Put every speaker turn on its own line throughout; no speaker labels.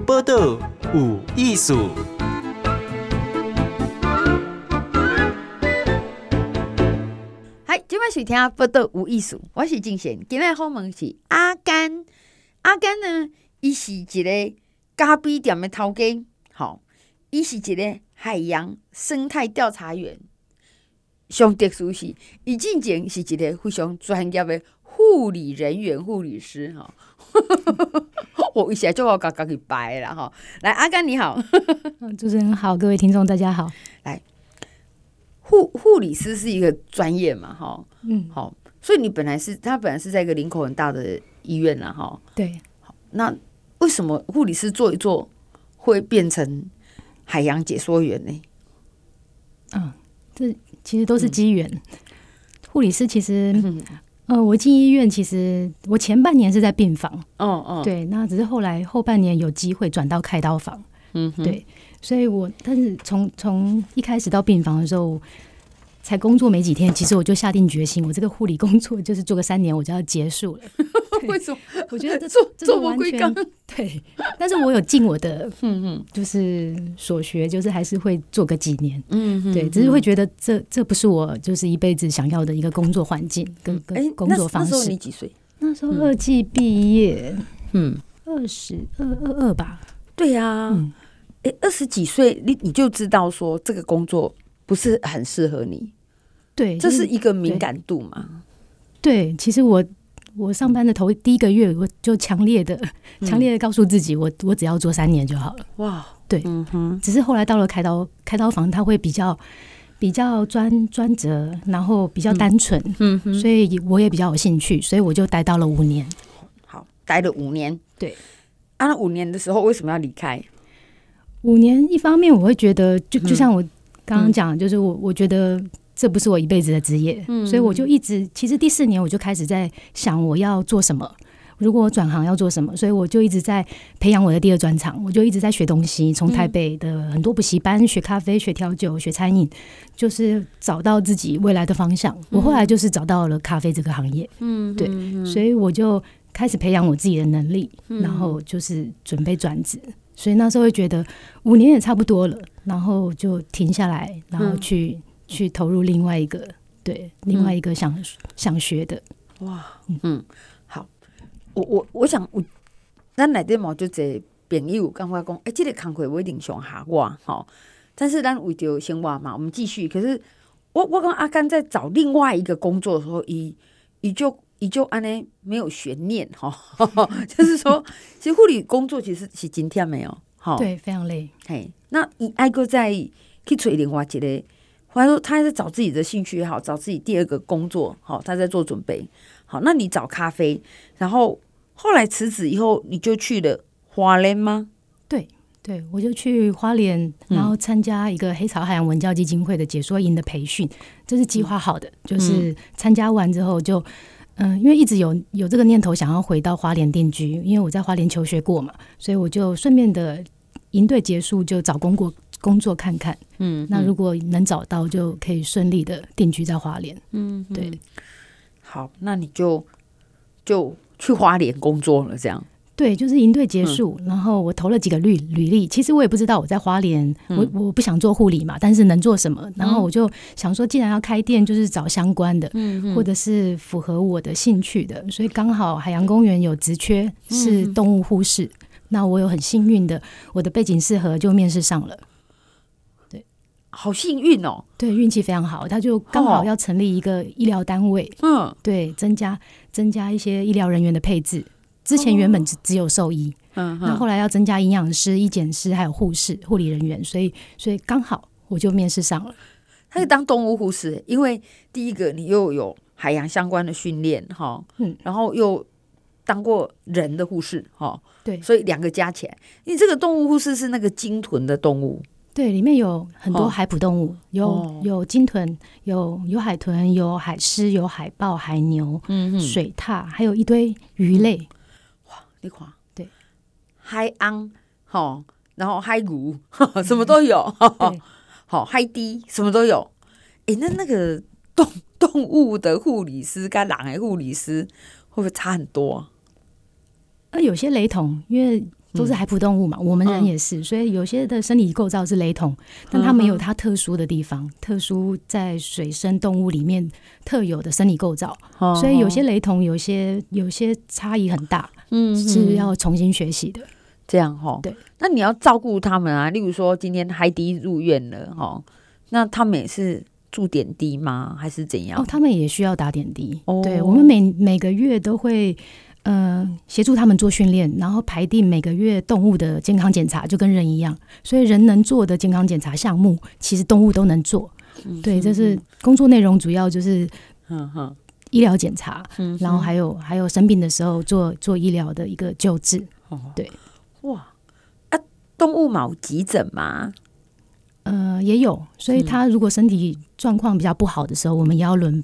报道有艺术。
嗨，今晚收听报道有艺术，我是静贤。今日访问是阿甘。阿甘呢，伊是一个咖啡店的头家，好，伊是一个海洋生态调查员。上特殊是，伊之前是一个非常专业的护理人员、护理师哈。我一下就要家己掰了哈。来，阿甘你好，
主持人好，各位听众大家好。
来，护理师是一个专业嘛哈，好，所以你他本来是在一个林口很大的医院啦哈。
对，
那为什么护理师做一做会变成海洋解说员呢？
这其实都是机缘。护理师其实，我进医院，其实我前半年是在病房，对，那只是后半年有机会转到开刀房，对，所以但是从一开始到病房的时候，才工作没几天，其实我就下定决心，我这个护理工作就是做个3年，我就要结束了。
为什么？
我觉得
做不归纲，
对。但是我有尽我的，就是所学，就是还是会做个几年，对。只是会觉得这不是我就是一辈子想要的一个工作环境跟工作方式。
那时候你几岁？
那时候2技毕业，22吧。
对呀，20几岁你就知道说这个工作不是很适合你，
对，
这是一个敏感度嘛？对，
其实我上班的第一个月，我就强烈的告诉自己，我只要做3年就好了。哇，对，只是后来到了开刀房，它会比较专责，然后比较单纯，所以我也比较有兴趣，所以我就待到了5年。
好，待了5年。对，那5年的时候为什么要离开
？5年，一方面我会觉得，就像我刚刚讲，就是我觉得这不是我一辈子的职业，所以我就一直，其实第4年我就开始在想我要做什么，如果我转行要做什么，所以我就一直在培养我的第2专长，我就一直在学东西，从台北的很多补习班学咖啡、学调酒、学餐饮，就是找到自己未来的方向。我后来就是找到了咖啡这个行业，对，所以我就开始培养我自己的能力，然后就是准备转职。所以那时候会觉得5年也差不多了，然后就停下来，然后去投入另外一个想学的。哇，
好，我想咱内底嘛就一朋友感觉讲，这个工作我一定上下我哈，但是咱为着生活嘛，我们继续。可是我跟阿甘在找另外一个工作的时候，伊就安尼没有悬念哈，就是说，其实护理工作其实是真忝的哦，
对，非常累。
嘿，那伊爱个再去找另外一个，或者说他在找自己的兴趣也好，找自己第2个工作，好，他在做准备。好，那你找咖啡，然后后来辞职以后，你就去了花莲吗？
对，我就去花莲，然后参加一个黑潮海洋文教基金会的解说营的培训，这是计划好的，就是参加完之后就。因为一直有这个念头想要回到花莲定居，因为我在花莲求学过嘛，所以我就顺便的营队结束就找工作看看。那如果能找到，就可以顺利的定居在花莲。对。
好，那你就去花莲工作了，这样。
对，就是营队结束，然后我投了几个履历。其实我也不知道我在花莲，我不想做护理嘛，但是能做什么？然后我就想说，既然要开店，就是找相关的，或者是符合我的兴趣的。所以刚好海洋公园有职缺是动物护士，那我有很幸运的，我的背景适合，就面试上了。对，
好幸运哦！
对，运气非常好，他就刚好要成立一个医疗单位，对，增加一些医疗人员的配置。之前原本只有兽医，那后来要增加营养师、医检师，还有护士、护理人员，所以刚好我就面试上了。
他可以当动物护士，因为第一个你又有海洋相关的训练哈，然后又当过人的护士哈，对，所以2个加起来，你这个动物护士是那个鲸豚的动物，
对，里面有很多海哺动物，有鲸豚，有海豚，有海狮，有海豹、海牛，水獭，还有一堆鱼类。
你看，
对，
海昂，然后海牛，什么都有，好，海滴什么都有。那个动物的护理师跟人的护理师会不会差很多？
有些雷同，因为都是海哺动物嘛，我们人也是，所以有些的生理构造是雷同，但它没有它特殊的地方，特殊在水生动物里面特有的生理构造，所以有些雷同，有些差异很大，是要重新学习的。
这样齁，对。那你要照顾他们啊，例如说今天海迪入院了齁，那他们也是注点滴吗？还是怎样？
他们也需要打点滴。对，我们每个月都会协助他们做训练，然后排定每个月动物的健康检查，就跟人一样。所以人能做的健康检查项目，其实动物都能做。对，这是工作内容，主要就是医疗检查，然后还有生病的时候做医疗的一个救治。对，
哇啊，动物有急诊吗？
也有，所以他如果身体状况比较不好的时候，我们也要轮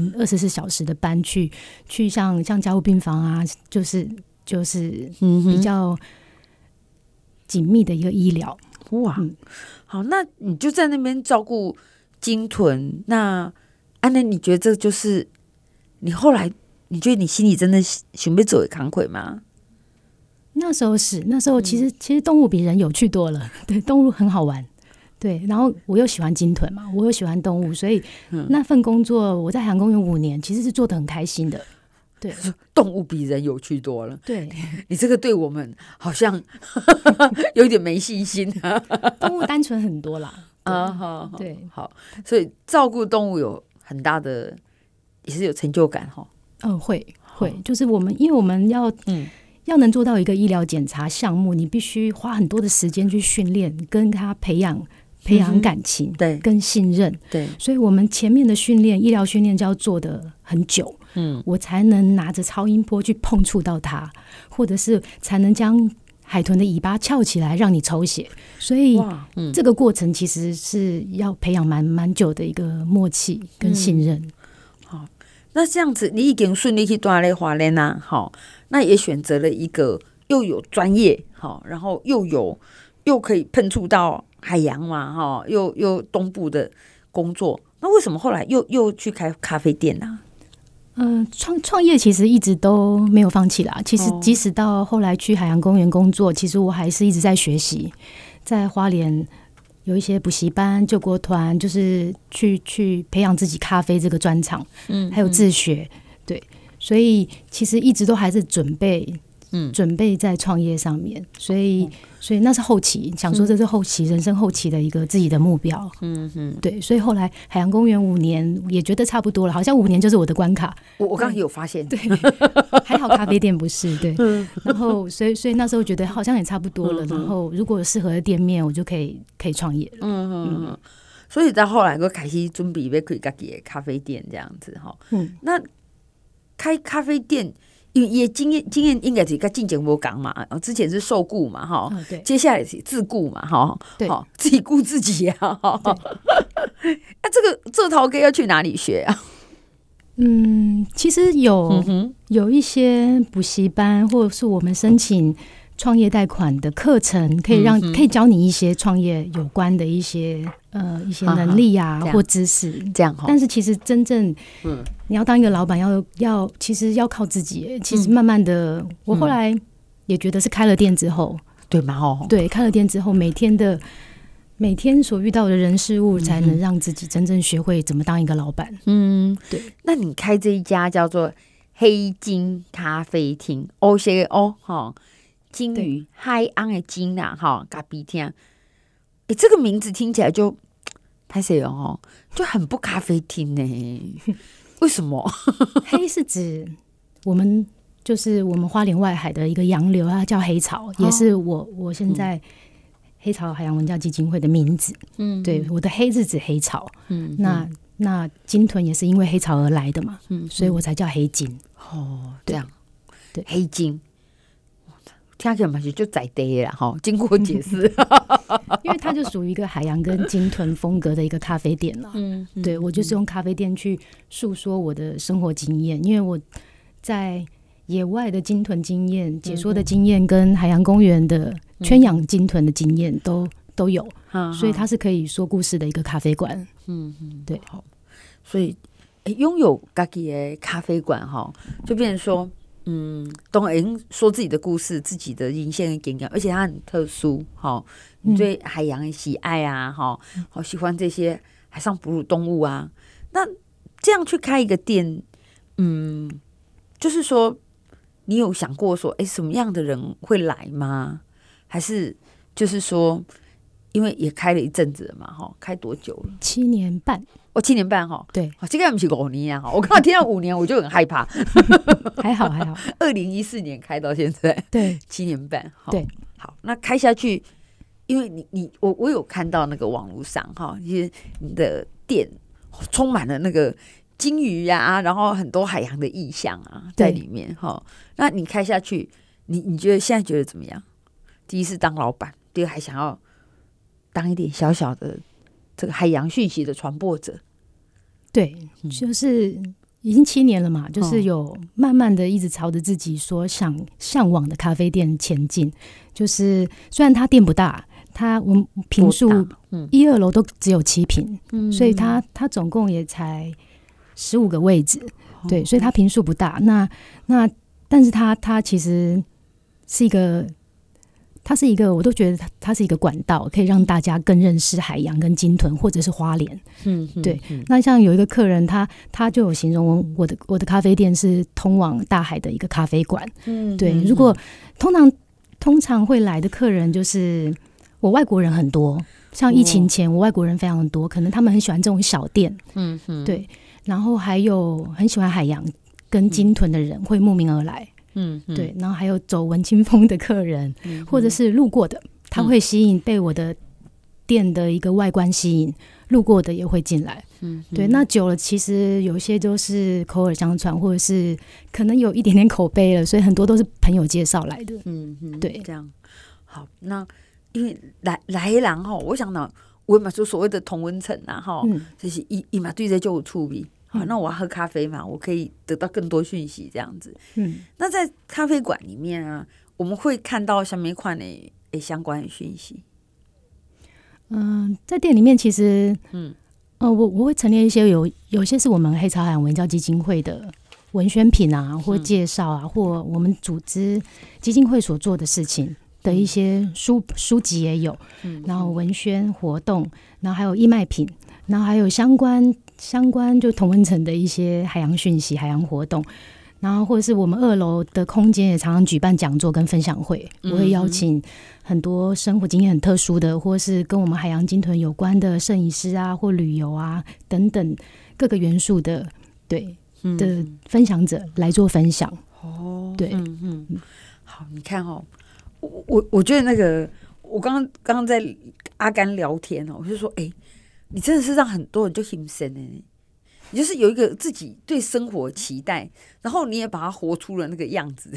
24小时的班去像加护病房啊，就是比较紧密的一个医疗。
哇，好，那你就在那边照顾鲸豚，那你觉得这就是你后来你觉得你心里真的想要做的工作吗？
那时候其实动物比人有趣多了，对，动物很好玩。对，然后我又喜欢鲸豚嘛，我又喜欢动物，所以那份工作我在海洋公园5年，其实是做得很开心的。对，
动物比人有趣多了。
对，
你这个对我们好像有点没信心啊。
动物单纯很多啦。
对，好，所以照顾动物有很大的，也是有成就感哈。
会，就是因为我们要能做到一个医疗检查项目，你必须花很多的时间去训练，跟他培养感情，对，跟信任，对，所以我们前面的训练，医疗训练就要做得很久，我才能拿着超音波去碰触到它，或者是才能将海豚的尾巴翘起来让你抽血，所以这个过程其实是要培养蛮久的一个默契跟信任。
好，那这样子你已经顺利去锻炼花莲啊，好，那也选择了一个又有专业，好，然后又可以碰触到海洋嘛，哈，又东部的工作，那为什么后来又去开咖啡店啊？
创业其实一直都没有放弃啦。其实即使到后来去海洋公园工作，其实我还是一直在学习，在花莲有一些补习班、救国团，就是去培养自己咖啡这个专长，还有自学，对，所以其实一直都还是准备在创业上面，所以那是后期，想说这是后期人生后期的一个自己的目标，对，所以后来海洋公园5年也觉得差不多了，好像5年就是我的关卡。
我刚刚也有发现，
对，还好咖啡店不是，对，然后所以那时候觉得好像也差不多了，然后如果有适合的店面，我就可以创业了。
所以到后来我开始准备要开自己的咖啡店这样子哈。那开咖啡店。因为经验应该是跟进前无同嘛，之前是受雇嘛，哈，接下来是自雇嘛，哈，对，自己雇自己啊，那这头歌要去哪里学啊？
其实有一些补习班，或者是我们申请创业贷款的课程，可以教你一些创业有关的一些能力啊，或知识，这样。但是其实真正你要当一个老板，其实要靠自己。其实慢慢的，我后来也觉得是开了店之后，对吗？对，开了店之后，每天所遇到的人事物，才能让自己真正学会怎么当一个老板。
对。那你开这一家叫做黑金咖啡厅，金鱼海昂的金啊，哈，咖啡厅。这个名字听起来就拍谁哦，就很不咖啡厅呢？为什么？
黑是指我们花莲外海的一个洋流，它叫黑潮，也是我现在黑潮海洋文教基金会的名字。对，我的黑是指黑潮。那鲸豚也是因为黑潮而来的嘛，所以我才叫黑鲸。
这样，对，黑鲸。听起来嘛就在地啦，哈，经过解释，
因为它就属于一个海洋跟鲸豚风格的一个咖啡店了。对，我就是用咖啡店去诉说我的生活经验，因为我在野外的鲸豚经验、解说的经验，跟海洋公园的圈养鲸豚的经验都有，所以它是可以说故事的一个咖啡馆。对，
所以拥有自己的咖啡馆哈，就变成说。 懂人说自己的故事，自己的人生的经验，而且它很特殊，你对海洋的喜爱啊，好喜欢这些海上哺乳动物啊，那这样去开一个店，就是说你有想过说，什么样的人会来吗？还是就是说，因为也开了一阵子了嘛，开多久了
？7年半。
7年半
对，
这个不是5年啊！我刚刚听到5年，我就很害怕。
还好
2014年开到现在，
对
，7年半。
对，
好，那开下去，因为我有看到那个网络上其实你的店充满了那个金鱼啊，然后很多海洋的意象啊在里面那你开下去，你觉得现在觉得怎么样？第一是当老板，第二还想要当一点小小的这个海洋讯息的传播者。
对，就是已经7年了嘛，就是有慢慢的一直朝着自己所向往的咖啡店前进。就是虽然它店不大，我们坪数1、2楼都只有7坪，所以它总共也才15个位置，对，所以它坪数不大。但是它其实是一个。它是一个，我都觉得它是一个管道，可以让大家更认识海洋跟鲸豚或者是花莲。对。那像有一个客人，他就有形容我的咖啡店是通往大海的一个咖啡馆。对。如果通常会来的客人，就是我外国人很多，像疫情前我外国人非常多，可能他们很喜欢这种小店。对。然后还有很喜欢海洋跟鲸豚的人会慕名而来。对，然后还有走文青风的客人，或者是路过的，他会被我的店的一个外观吸引，路过的也会进来。对，那久了其实有些都是口耳相传，或者是可能有一点点口碑了，所以很多都是朋友介绍来的。对，
这样好。那因为来的人我想到我嘛就所谓的同温层啊就是伊嘛对这就有趣味。那我要喝咖啡嘛，我可以得到更多讯息这样子。那在咖啡馆里面啊，我们会看到什么款的相关的讯息？
在店里面其实，我会陈列一些有些是我们黑潮海洋文教基金会的文宣品啊，或介绍啊，或我们组织基金会所做的事情的一些书籍也有，然后文宣活动，然后还有义卖品，然后还有相关就同温层的一些海洋讯息、海洋活动，然后或者是我们2楼的空间也常常举办讲座跟分享会，我会邀请很多生活经验很特殊的，或是跟我们海洋鲸豚有关的摄影师啊，或旅游啊等等各个元素的的分享者来做分享。对，
好，你看我觉得那个我刚刚在阿甘聊天我就说你真的是让很多人就很深你就是有一个自己对生活期待，然后你也把它活出了那个样子。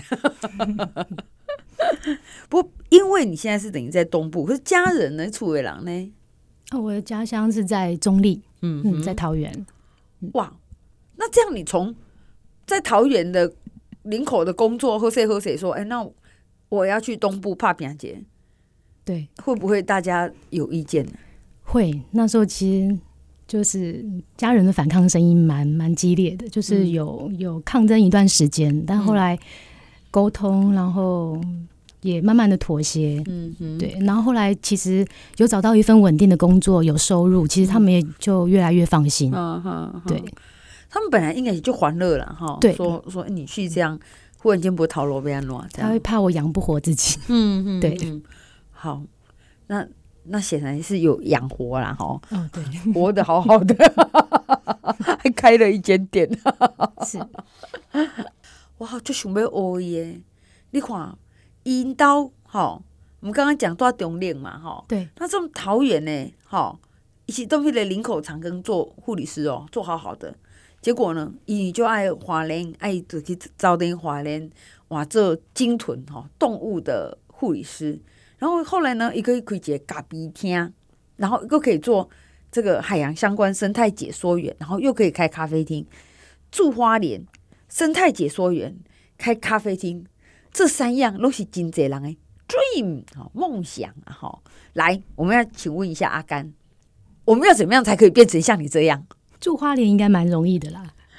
不过因为你现在是等于在东部，可是家人呢，厝的人呢？
我的家乡是在中坜，在桃园。
哇，那这样你从在桃园的林口的工作喝谁说，那我要去东部拍饼节，
对，
会不会大家有意见呢？
会，那时候其实就是家人的反抗声音蛮激烈的，就是有抗争一段时间，但后来沟通，然后也慢慢的妥协。对，然后后来其实有找到一份稳定的工作，有收入，其实他们也就越来越放心。对，
他们本来应该也就欢乐了哈。
对，
说你去这样，忽然间不会逃楼被安乱，
他会怕我养不活自己。对，
好，那显然是有养活啦哈。
对，
活得好好的，还开了一间店。
是，
哇，就想要学伊的。你看，因兜我们刚刚讲到中坜嘛
对，
那这种桃园呢一起都去了林口长庚做护理师做好好的。结果呢，伊就爱花莲，爱就去招点花莲，做鲸豚动物的护理师。然后后来呢，一个可以开一个咖啡厅，然后又可以做这个海洋相关生态解说员，然后又可以开咖啡厅。住花莲，生态解说员，开咖啡厅，这3样都是真多人的 dream 梦想啊！来，我们要请问一下阿甘，我们要怎么样才可以变成像你这样？
住花莲应该蛮容易的啦。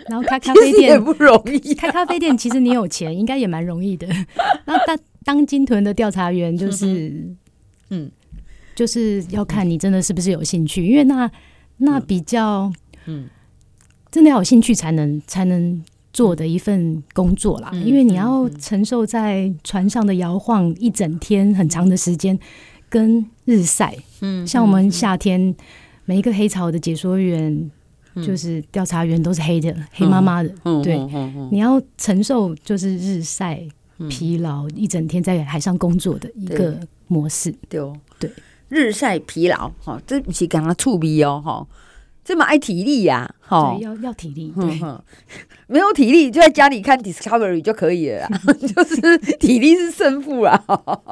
然后开咖啡
其实也
店
不容易、
开咖啡店其实你有钱应该也蛮容易的。那当金屯的调查员就是就是要看你真的是不是有兴趣，因为那比较真的要有兴趣才能做的一份工作啦，因为你要承受在船上的摇晃一整天很长的时间，跟日晒，像我们夏天每一个黑潮的解说员，就是调查员都是黑的，黑妈妈的，对，你要承受就是日晒疲劳一整天在海上工作的一个模式，
对，
日
晒疲劳，这不是刚刚趣味哦，这么爱体力呀，
对，要体力，对，
没有体力就在家里看 Discovery 就可以了啦，就是体力是胜负啦。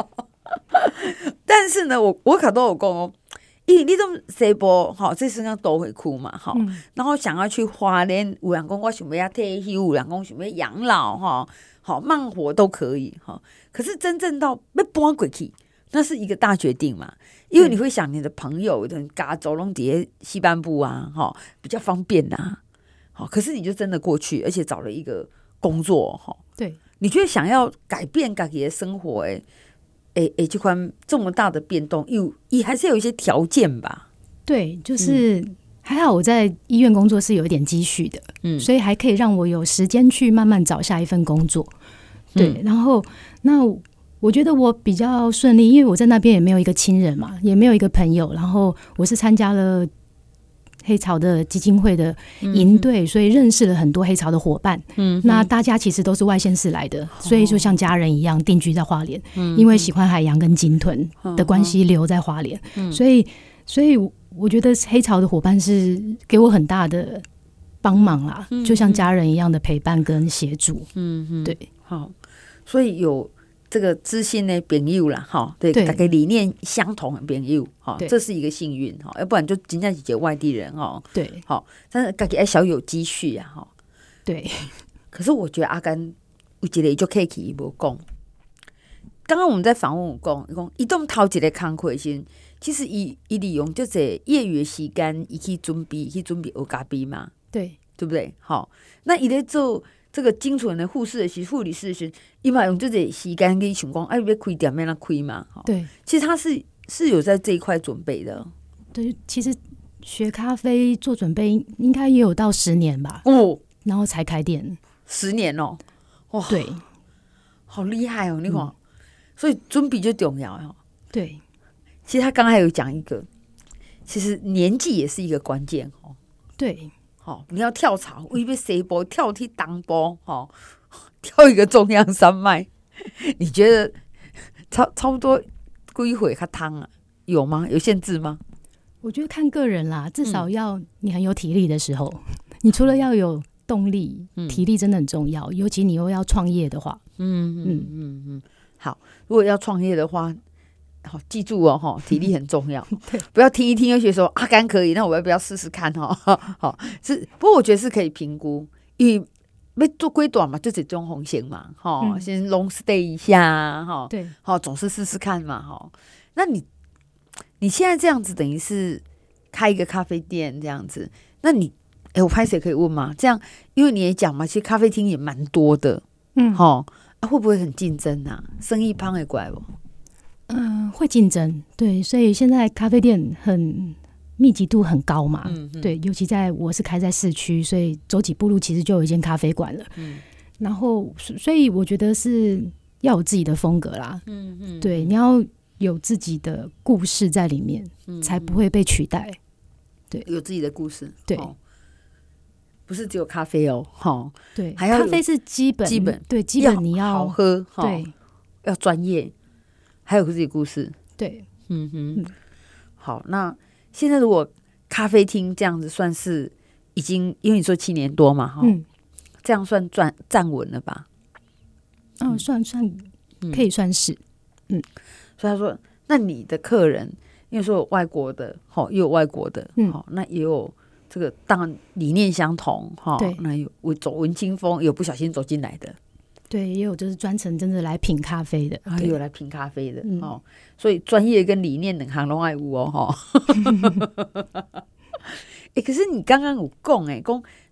但是呢，我卡都有讲哦，你这种西部这是讲都会区嘛，然后想要去花莲，有人讲我想要退休，有人讲想要养老，慢活都可以，可是真正到要搬过去，那是一个大决定嘛，因为你会想你的朋友的家走拢在西半部啊，比较方便啊，可是你就真的过去，而且找了一个工作，
对，你
觉得想要改变自己的生活，这款这么大的变动，也还是有一些条件吧？
对，就是还好我在医院工作是有一点积蓄的，所以还可以让我有时间去慢慢找下一份工作。对，然后那我觉得我比较顺利，因为我在那边也没有一个亲人嘛，也没有一个朋友，然后我是参加了黑潮的基金会的营队，所以认识了很多黑潮的伙伴。那大家其实都是外县市来的，所以就像家人一样定居在花莲，因为喜欢海洋跟鲸豚的关系留在花莲，所以我觉得黑潮的伙伴是给我很大的帮忙啦，就像家人一样的陪伴跟协助。对，
好，所以有这个知心的朋友啦，对，大概理念相同的朋友，这是一个幸运，要不然就真的是一个外地人，
对，
但是自己要小有积蓄啊，
对。
可是我觉得阿甘有一个就客气无讲，刚刚我们在访问有讲，伊当头一个工课时，其实伊利用这些业余的时间，伊去准备学咖啡嘛，
对
不对？那伊在做这个精纯的护士的时，护理师的时，伊嘛用这些时间去想讲，要开店要哪开嘛？
对，
其实他是有在这一块准备的。
对，其实学咖啡做准备应该也有到10年吧，然后才开店
，10年哦，哇，
对，
好厉害哦！你看，所以准备就重要哦。
对，
其实他刚刚还有讲一个，其实年纪也是一个关键哦。
对。
你要跳槽，我以为谁波跳去当波，跳一个中央山脉，你觉得差不多几岁较汤啊？有吗？有限制吗？
我觉得看个人啦，至少要你很有体力的时候，你除了要有动力，体力真的很重要，尤其你又要创业的话，
好，如果要创业的话。好，记住哦，体力很重要，不要听一听又觉得说阿甘可以，那我要不要试试看？好，不过我觉得是可以评估，因为要做规短嘛，就是中红线嘛，先 long stay 一下，
对，
总是试试看嘛，那你现在这样子，等于是开一个咖啡店这样子，那你，我拍谁可以问吗？这样，因为你也讲嘛，其实咖啡厅也蛮多的，会不会很竞争啊？生意胖会怪不？
会竞争，对，所以现在咖啡店很密集度很高嘛，对，尤其我是开在市区，所以走几步路其实就有一间咖啡馆了，然后所以我觉得是要有自己的风格啦，对，你要有自己的故事在里面，才不会被取代，对，
有自己的故事，
对，
不是只有咖啡哦，
对，
还要
咖啡是基本，对，基本你要
好喝，
对，
要专业。还有自己故事，
对，
好，那现在如果咖啡厅这样子算是已经，因为你说7年多嘛，这样算站稳了吧？
算可以算是，
所以他说，那你的客人，因为说有外国的，也有外国的，那也有这个当然理念相同，
对，
那有走文青风，有不小心走进来的。
对，也有就是专程真的来品咖啡的，
也有来品咖啡的，所以专业跟理念两行都有哦，可是你刚刚有讲讲，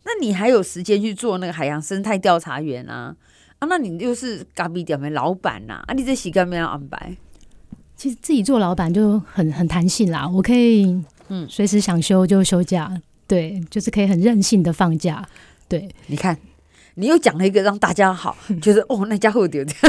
那你还有时间去做那个海洋生态调查员啊？那你又是咖啡店的老板呐，你这时间没有安排？
其实自己做老板就很弹性啦，我可以随时想休就休假，对，就是可以很任性的放假。对，
你看，你又讲了一个让大家好觉得那家伙丢掉。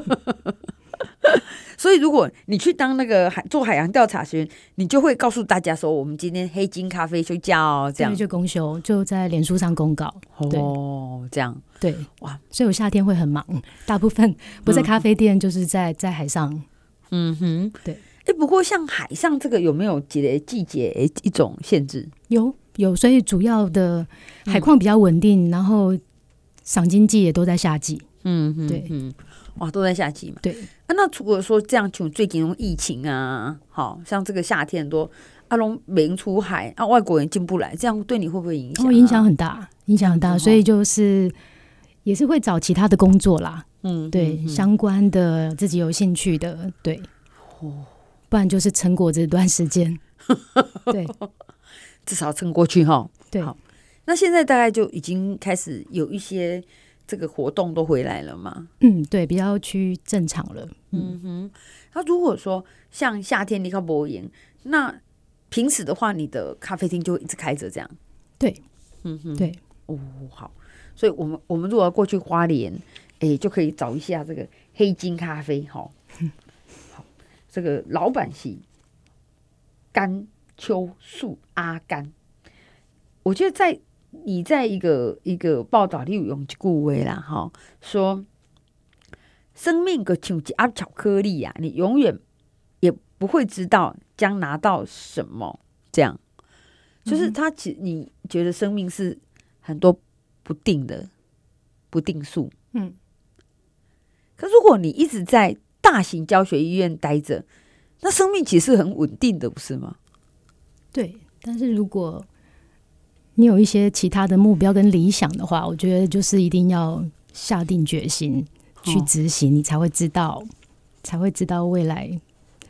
所以如果你去当那个做海洋调查员，你就会告诉大家说，我们今天黑金咖啡休假哦，这样
就公休，就在脸书上公告。
这样
对，哇，所以我夏天会很忙，大部分不在咖啡店，就是在海上。对。
不过像海上这个有没有季节一种限制？
有，所以主要的海况比较稳定，然后赏金季也都在夏季。对。
哇，都在夏季嘛。
对。
那除了说这样，像最近疫情啊，好像这个夏天很多拢没人出海外国人进不来，这样对你会不会影响？
影响很大，所以就是也是会找其他的工作啦。对，相关的自己有兴趣的，对。不然就是撑过这段时间。对，
至少撑过去哈。
对。
好，那现在大概就已经开始有一些这个活动都回来了吗？
对，比较趋正常了。
那如果说像夏天你看没营，那平时的话，你的咖啡厅就会一直开着这样。
对，对。
好，所以我们如果要过去花莲，就可以找一下这个黑金咖啡哈。好，这个老板是甘秋树阿甘，我觉得你在一个报道里有用一句话啦，哈，说生命就像一盒巧克力啊，你永远也不会知道将拿到什么，这样就是你觉得生命是很多不定的不定数，可如果你一直在大型教学医院待着，那生命其实很稳定的，不是吗？
对，但是如果你有一些其他的目标跟理想的话，我觉得就是一定要下定决心去执行，你才会知道未来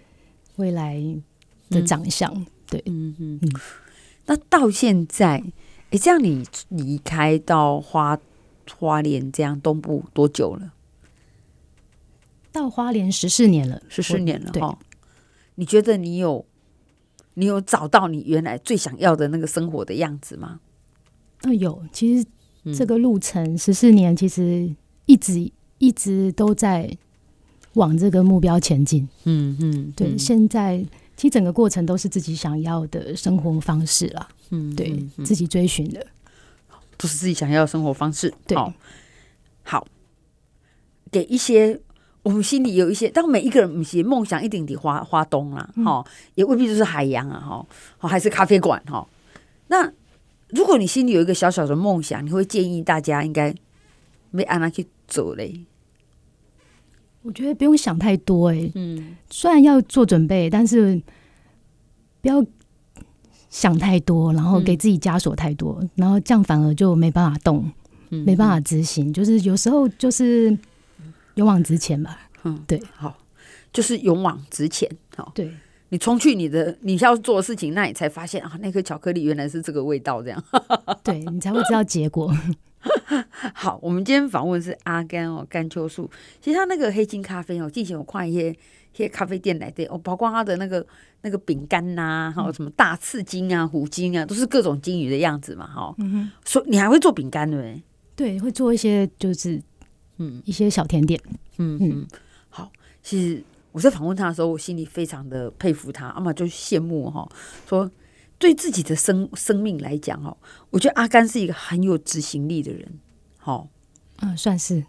的长相。对，
那到现在，这样你离开到花莲这样东部多久了？
到花莲14年了
，14年了哈。你觉得你有找到你原来最想要的那个生活的样子吗？
有，其实这个路程14年，其实一直都在往这个目标前进。对，现在其实整个过程都是自己想要的生活方式啦。对，自己追寻的，
都是自己想要的生活方式。
对，
好，给一些。我们心里有一些，当每一个人不是梦想一定得花东啦，也未必就是海洋啊，还是咖啡馆哈。那如果你心里有一个小小的梦想，你会建议大家应该没按哪去走嘞？
我觉得不用想太多虽然要做准备，但是不要想太多，然后给自己枷锁太多，然后这样反而就没办法动，没办法执行。就是有时候就是勇往直前吧。对，
好，就是勇往直前。好，
对，
你冲去你要做的事情，那你才发现那颗巧克力原来是这个味道，这样。
对，你才会知道结果。
好，我们今天访问是阿甘甘秋树。其实他那个黑金咖啡之前我看一些咖啡店来的包括他的那个饼干呐，还有什么大刺金啊、虎鲸啊，都是各种金鱼的样子嘛，所以你还会做饼干对？
对，会做一些就是一些小甜点。
好，其实我在访问他的时候，我心里非常的佩服他，就羡慕说对自己的生命来讲我觉得阿甘是一个很有执行力的人。
算是。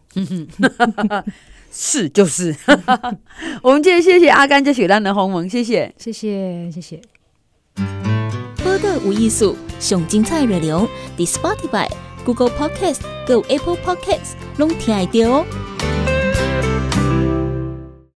是就是。我们今天谢谢阿甘，这是咱的鸿蒙，谢谢。
报道有艺术，上精彩内容，伫 Spotify、Google Podcast、Go Apple Podcast 拢听得到哦。